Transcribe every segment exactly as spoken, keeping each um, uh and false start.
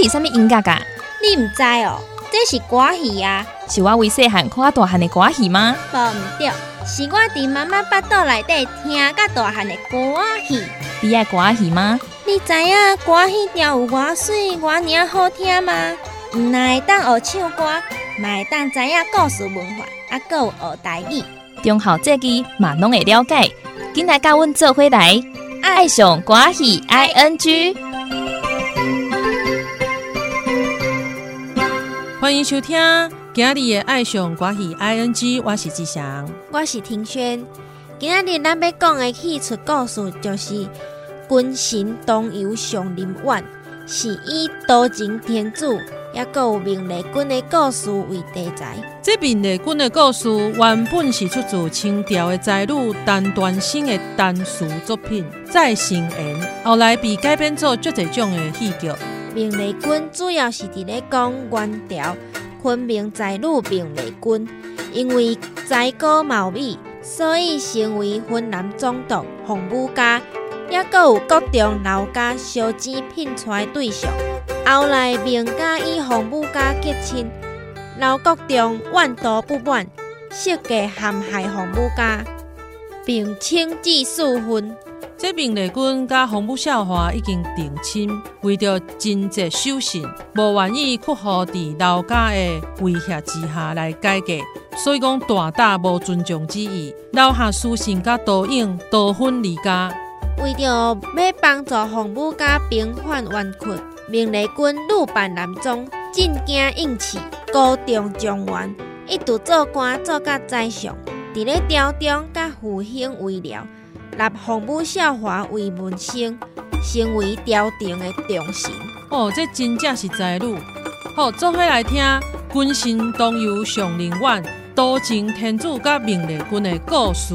什么音乐啊？ 你唔知哦，这是歌戏啊。 是我为细汉看大汉的歌戏吗？ 无唔对，是我伫妈妈腹肚内底听甲大汉的歌戏。 你爱歌戏吗？ 你知影歌戏调有偌水、偌尔好听吗？唔但会当学唱歌，嘛会当知影故事文化，啊，阁有学台语。 中校这句嘛拢会了解。紧来甲阮做伙来，爱上歌戏 I N G。 欢迎收听今日的爱上歌戏 I N G， 我是志祥， 我是庭轩。今日咱要讲的戏出故事就是《君臣东游上林苑》，是以多情天子也阁有明丽君的故事为题材。 这明丽君的故事原本是出自清朝的才女陈端生的单词作品《再生缘》，后来被改编做足侪种的戏剧。 明丽君主要是伫咧讲元朝昆明才女明丽君，因为才高貌美，所以成为云南总督洪武家，也阁有各种老家烧钱聘娶对象。后来明家与洪武家结亲，老国中怨妒不满，设计陷害洪武家，并请旨赐婚。 这明丽君甲洪武少华已经定亲，为着贞节守信，无愿意屈服伫老家的威胁之下来改嫁，所以讲大大无尊重之意，留下书信甲刀影逃婚离家。 为着要帮助洪武家平反冤屈，明丽君女扮男装，进京应试，高中状元，一度做官做甲宰相，伫咧朝中甲复兴为了，立洪武少华为门生，成为朝廷的重臣。 哦，这真正是才女。好，做伙来听《君臣东游上林苑》，多情天子甲明丽君的故事。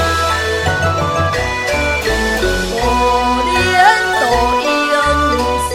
生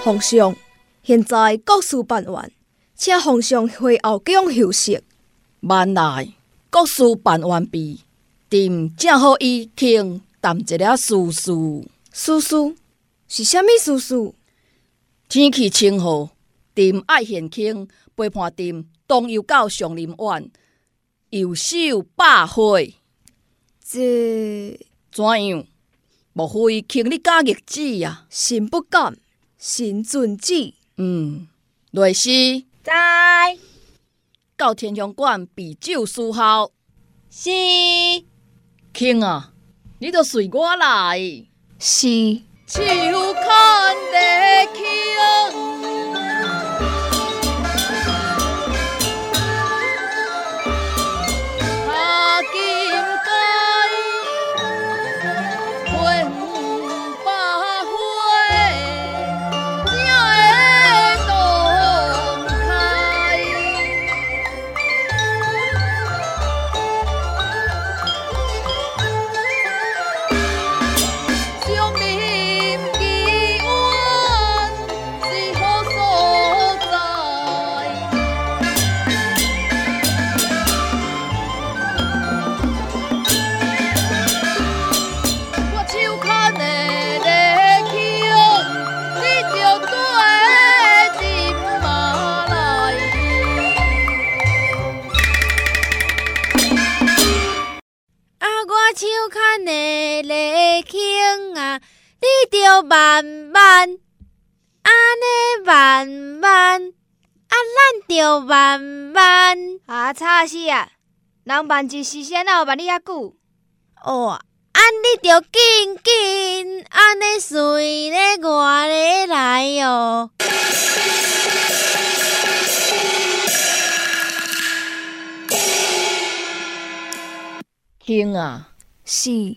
皇上，现在国事办完，请皇上回后宫休息。 慢来，国事办完毕，朕正好与卿谈一了私事。 私事是啥物私事？ 天气清好，朕爱献卿陪伴朕同游到上林苑，游手百会。 这怎样？莫非卿你假逆子啊？ 臣不敢，臣遵旨。 嗯，内侍在。 到天香馆备酒伺候。 是。 卿啊，你就随我来。 是。 秋看地卿。 慢慢，安尼慢慢，啊，咱着慢慢。 啊，吵死啊！人慢一时间哪有慢你遐久？ 哦，啊，你着紧紧，安尼随咧我咧来哦。 卿啊， 是。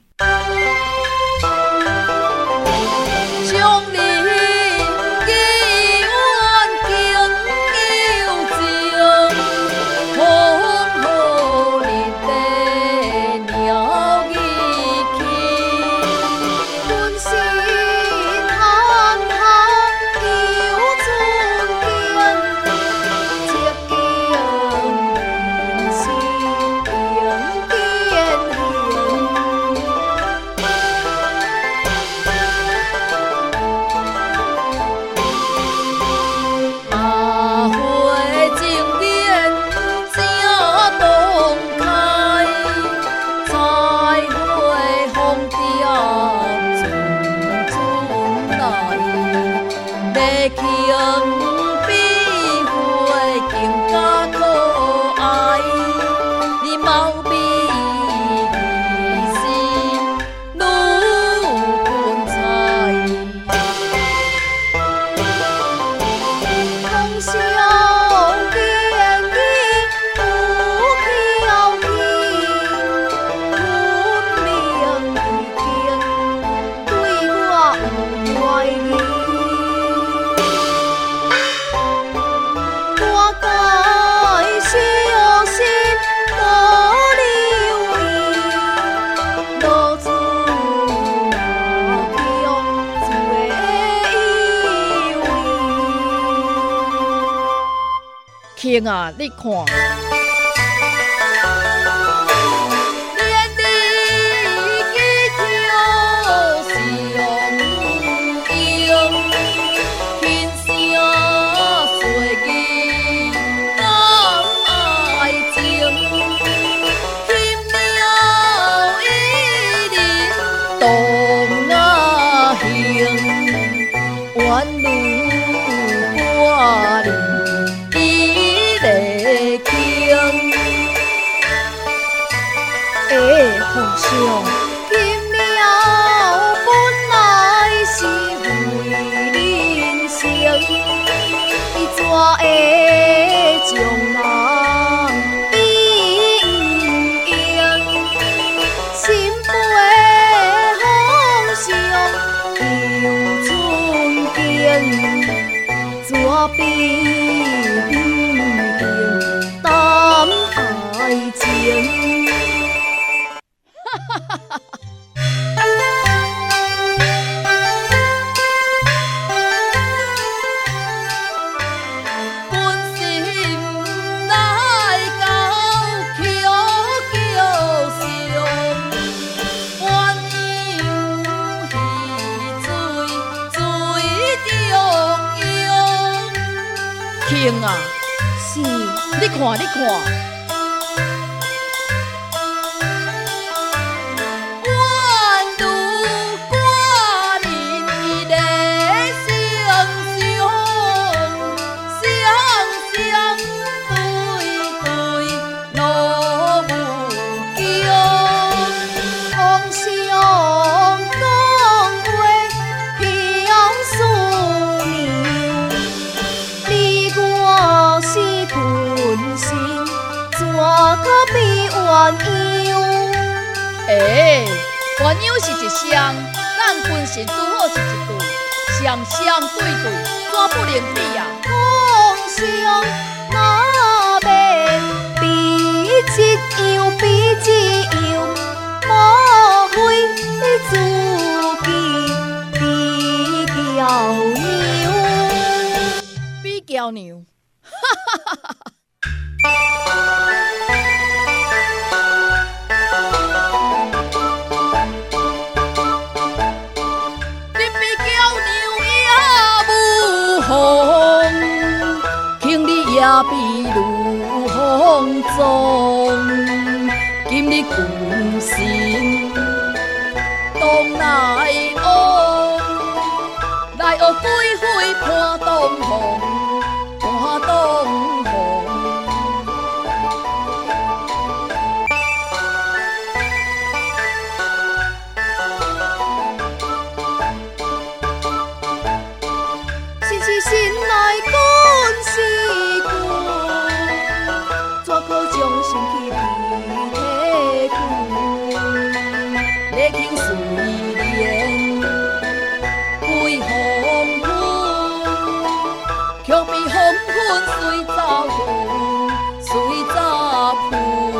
卿啊，你看。 庆啊， 是， 你看，你看。诶，鸳鸯是一双，咱分神拄好是一对，双双对对，怎不能比啊？ 风声那边比一样，比一样，莫非自己比较牛？ 比较牛，也比如风中，今日君心东来往，来学贵妃伴东风，伴东风。 心是心来君是。将心去比体躯，历经岁月归风飘，却比风喷随走远，随走远。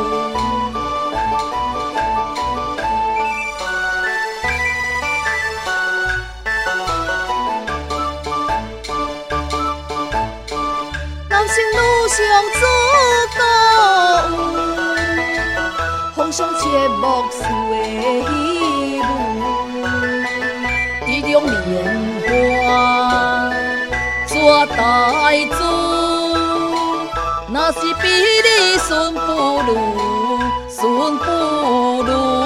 男性女上自高。风霜切莫思的戏文，地中莲花做大珠，若是比你顺不如，顺不如。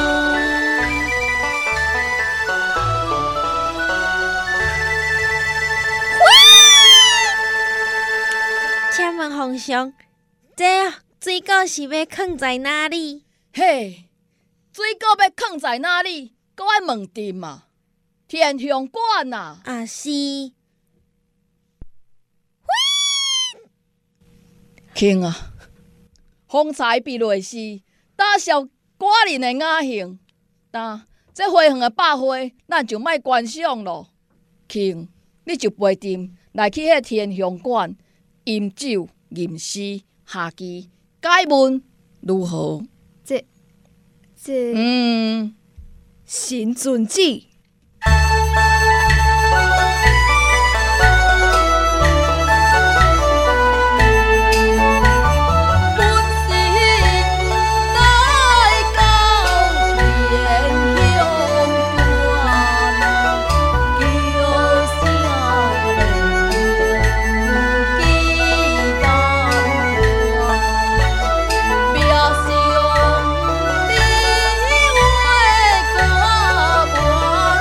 请问皇上，这水果是要放在哪里？ 嘿，水果要放在哪里？搁爱问定嘛？天香馆啊！ 啊是。 卿啊，风采必落时，打消寡人的雅兴。但这花园的百花，咱就莫观赏咯。卿，你就陪定来去迄天香馆饮酒吟诗下棋，解闷如何？ 这这嗯， 神遵旨。 我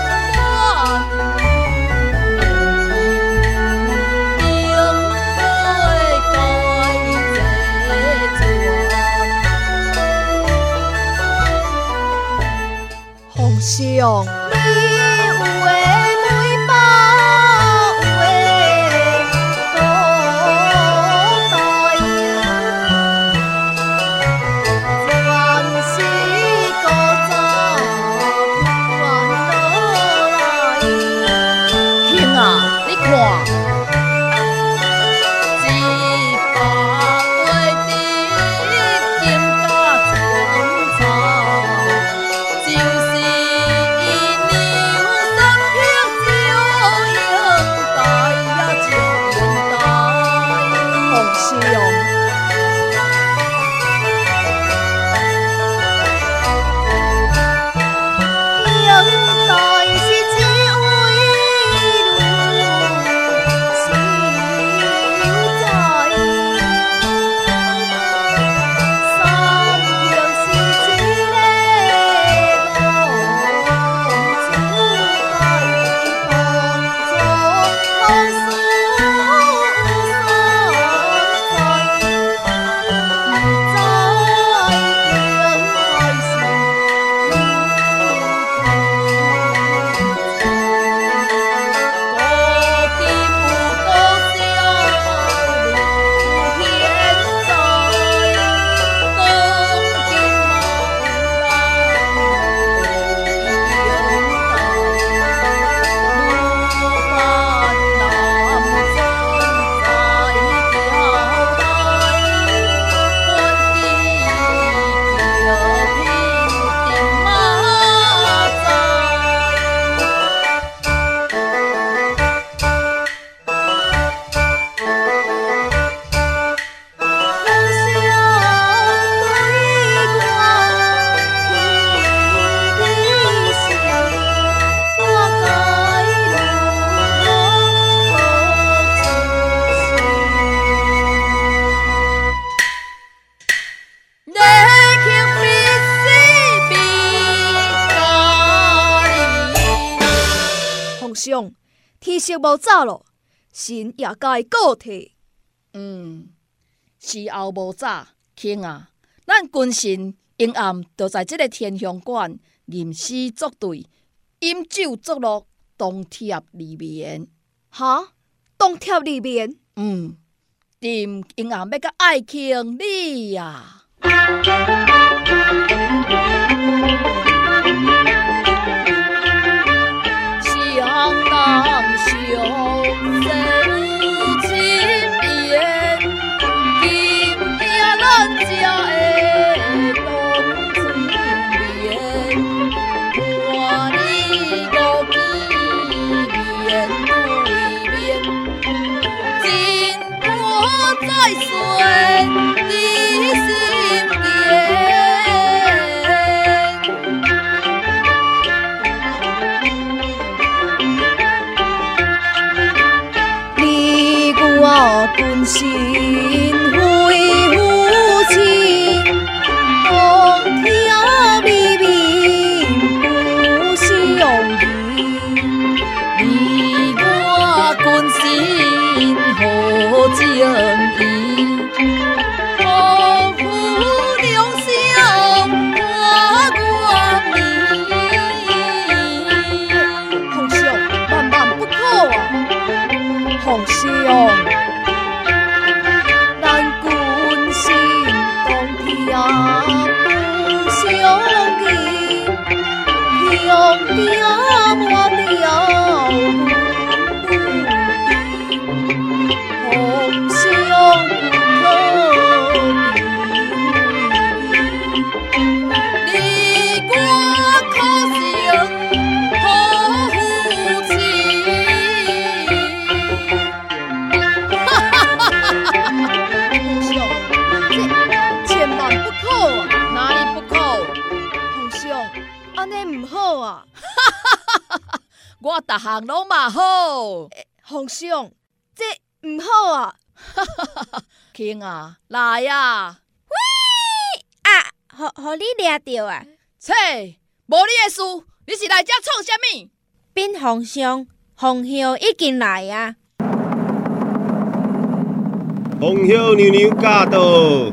天色无早咯，神也该告退。 嗯，时候无早，卿啊，咱君臣阴暗就在这个天香馆吟诗作对，饮酒作乐，同贴里面。 哈，当贴里面。 嗯，tìm阴暗要甲爱卿你呀、啊。 相当相识有情缘，今夜咱家的同情缘，看你无见面对面，真我在水你心间。 君臣会夫妻，同听美名不相离。 你我君臣好情义，夫妇两相花冠冕。 皇上万万不可啊！皇上。兄弟莫了红相不可你我可成好夫妻。 哈哈哈哈哈！皇上，这千万不可啊！ 哪里不可？ 皇上，安尼唔好啊！ 我逐项拢嘛好。 皇上，这唔好啊！ 卿啊，来啊！ 喂啊，互互你掠着啊！ 切，无你的事，你是来遮创啥物？ 禀皇上，皇后已经来啊！ 皇后娘娘驾到。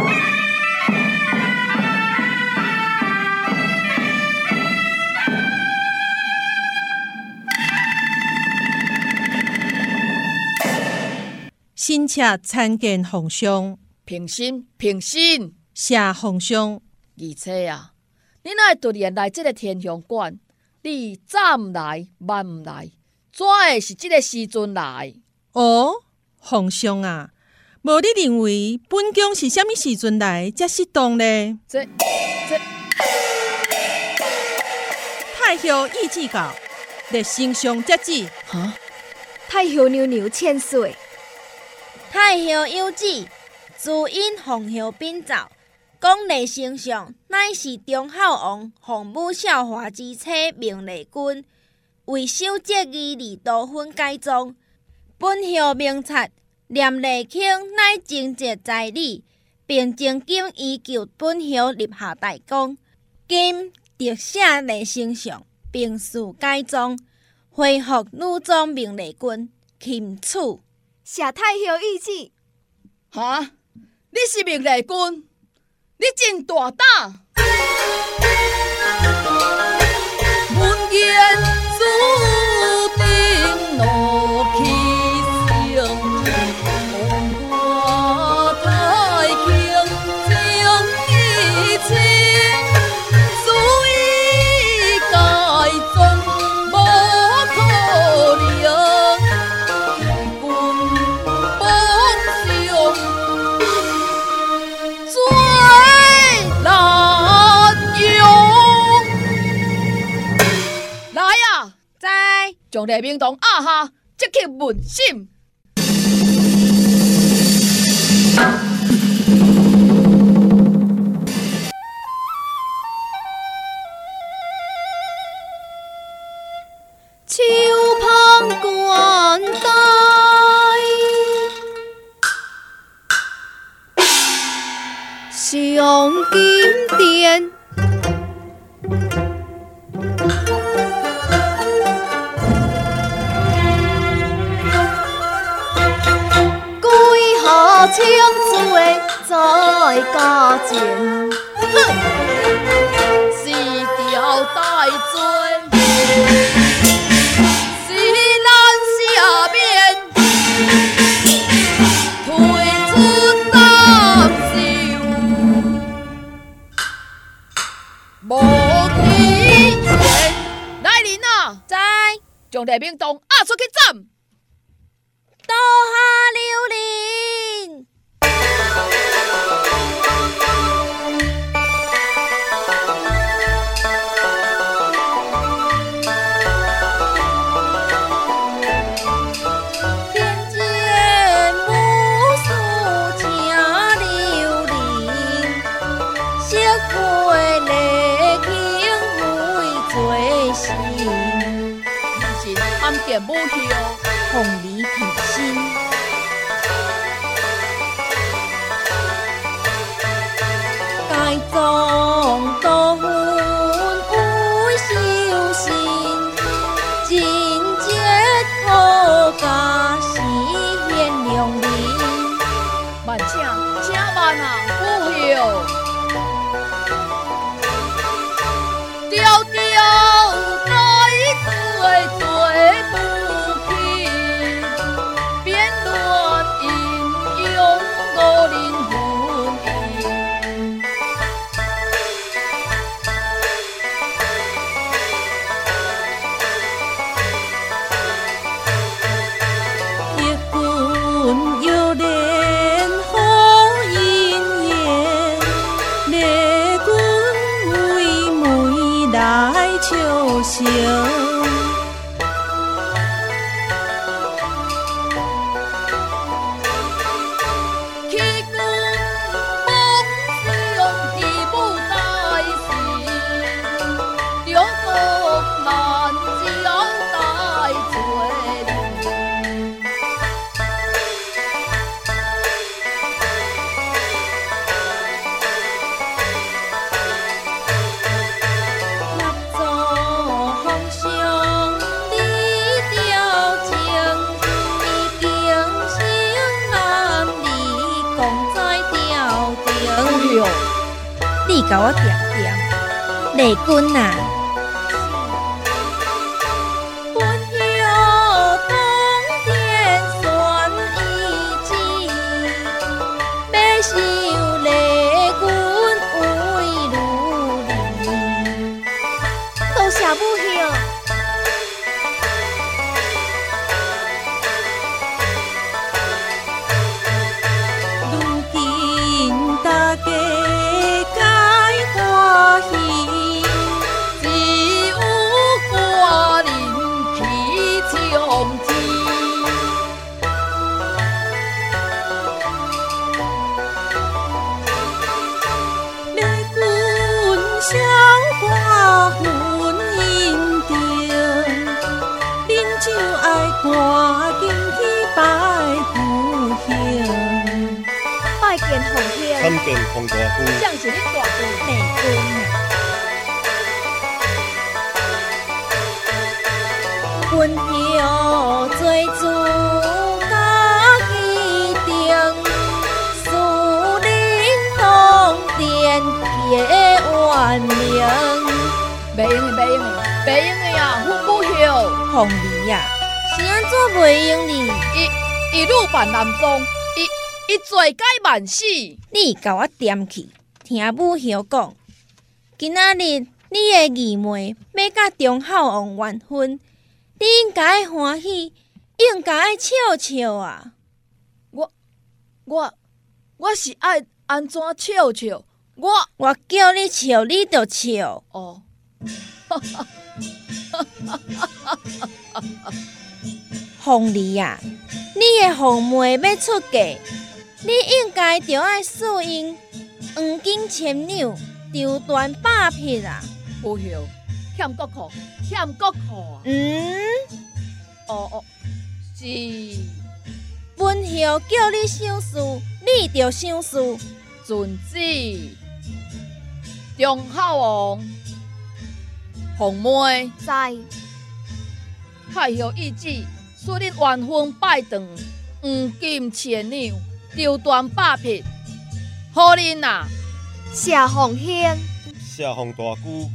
臣妾参见皇上。 平身，平身。 谢皇上。 而且啊，你哪会突然来这个天香馆？你早毋来，晚毋来，怎会是这个时阵来？ 哦，皇上啊，无你认为本宫是啥物时阵来才适当呢？ 这这太后意旨到，立圣上接旨。 哈？ 太后娘娘千岁。 太后有旨，自因皇后禀奏，讲立丞相乃是忠孝王洪武孝华之妻明丽君，为守节义而多婚改装。本后明察念丽卿乃贞洁在理，并精金依旧本后立下大功，今特赦立丞相，并赐改装，恢复女装明丽君，钦此。 谢太后意旨。 哈！你是明丽君，你真大胆！ 文言注定怒气生，红花太轻情意情，所以改装无可能。 将黎明堂压下，即刻问心。 秋旁观待， 上金殿。 清楚的在家前， 是条大罪，是咱下面退出当受，无期限。来人啊！ 在将黎明洞押出去斩！ 刀下留人。天见无数请留人，惜配礼轻为罪行。 是暗电武器哦。 凤梨平心，该种多分为修行，尽皆托家是现良人。 慢请，请慢啊，不休。调调该罪罪不起，辩论引用五人婚姻。 一君又怜好姻缘，列君为妹来求情。 起君梦想义母大事，中国难交代罪人。 合作奉上你调情，已经成男女共在调停。你甲我点点，丽君啊！本有通天算意志，要受丽君为如人。多谢母兄。 如今大家该欢喜， 只有寡人去冲天。 列君相挂婚姻定，恁就爱赶紧去拜父兄。 拜见皇兄， 参见洪大夫。 像是恁大哥。 丽君啊！本有罪主家己定，使恁当殿结怨名。 袂用的，袂用的，袂用的啊！父母兄， 凤梨啊，是安怎袂用你？ 伊伊女扮男装，伊伊罪该万死。 你甲我点去，听母兄讲，今仔日你的义妹要甲中孝王完婚，你应该欢喜，应该笑笑啊！ 我我我是爱安怎笑笑？我我叫你笑，你就笑。 哦， 凤梨啊，你的凤妹要出嫁，你应该就爱适应黄金牵纽，绸缎百匹啊！ 母兄欠国库，欠国库啊！ 嗯， 哦哦，是本兄叫你想事，你就想事。 遵旨。中孝王，凤妹在太后懿旨，使恁完婚拜堂，黄金牵纽， 丢断百匹，好恁啊！ 谢奉兄， 谢奉大姑。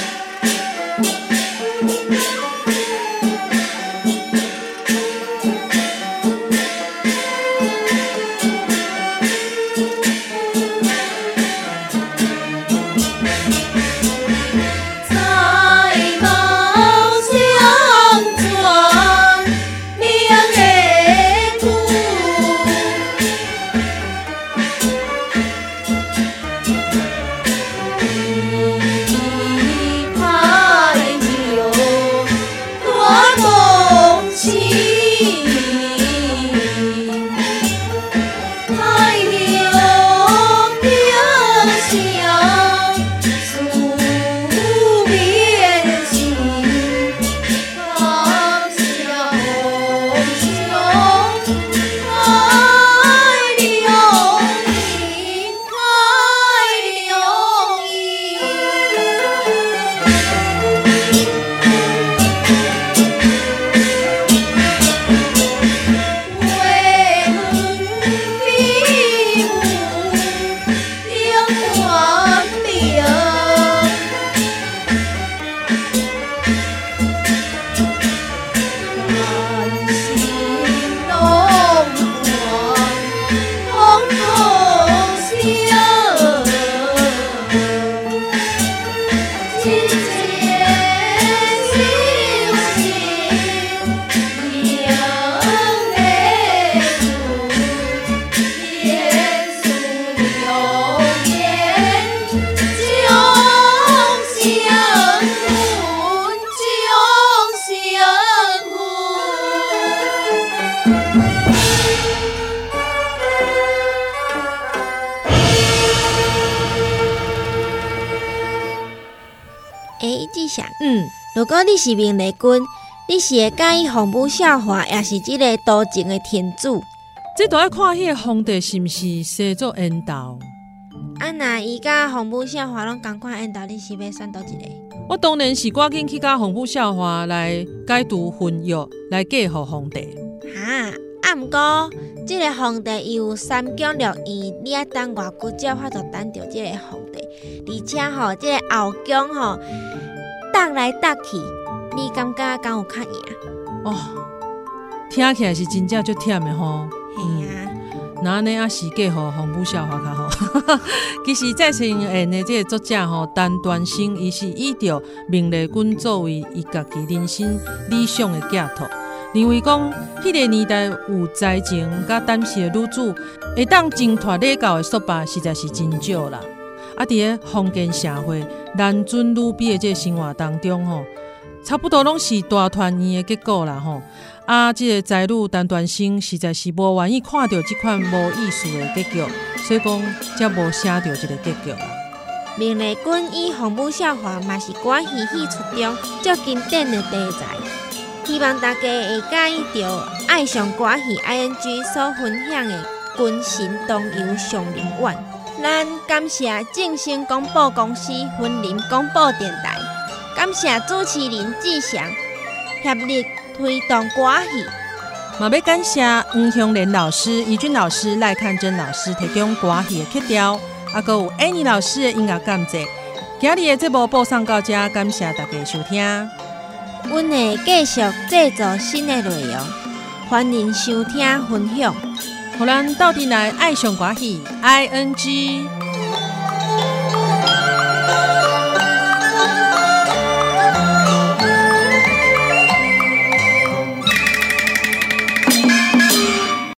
诶，志祥， 嗯， 如果你是明丽君，你是会介意红舞笑话，也是即个多情的天主？ 这都要看迄个皇帝是毋是生做缘投。 啊，那伊甲红舞笑话拢同款缘投，你是要选倒一个？ 我当然是赶紧去甲皇甫笑话来解除婚约，来嫁互皇帝。 哈，啊，毋过即个皇帝伊有三宫六院，你爱等偌久才有法度等到即个皇帝？而且吼，即、這个后宫吼，搭来搭去，你感觉敢有较赢？ 哦，听起来是真正足忝的吼。 嘿啊， 那安尼啊是嫁互皇甫笑话较好。其实在前演的这个作者吼，陈端生伊是以着明丽君作为伊家己人生理想的寄托。认为讲，迄、那个年代有才情甲胆识的女子，会当挣脱礼教的束缚，实在是真少啦。啊，伫个封建社会，男尊女卑的这个生活当中吼，差不多拢是大团圆的结果啦吼。啊，即、这个才女陈端生实在是无愿意看到即款无意思的结局，所以讲才无写到即个结局啦。 明丽君以红舞笑话嘛是歌戏戏出中足经典的题材。希望大家会介意到爱上歌戏 I N G 所分享的君神同游上林苑。咱感谢正声广播公司云林广播电台，感谢主持人志祥协力推动歌戏。 嘛要感谢黄香莲老师、怡君老师、赖看珍老师提供歌戏的曲调，啊，还有 Annie 老师的音乐感谢。今日的节目播送到这，感谢大家收听。 阮会继续制作新的内容，欢迎收听分享。 互咱斗阵来爱上歌戏 I N G。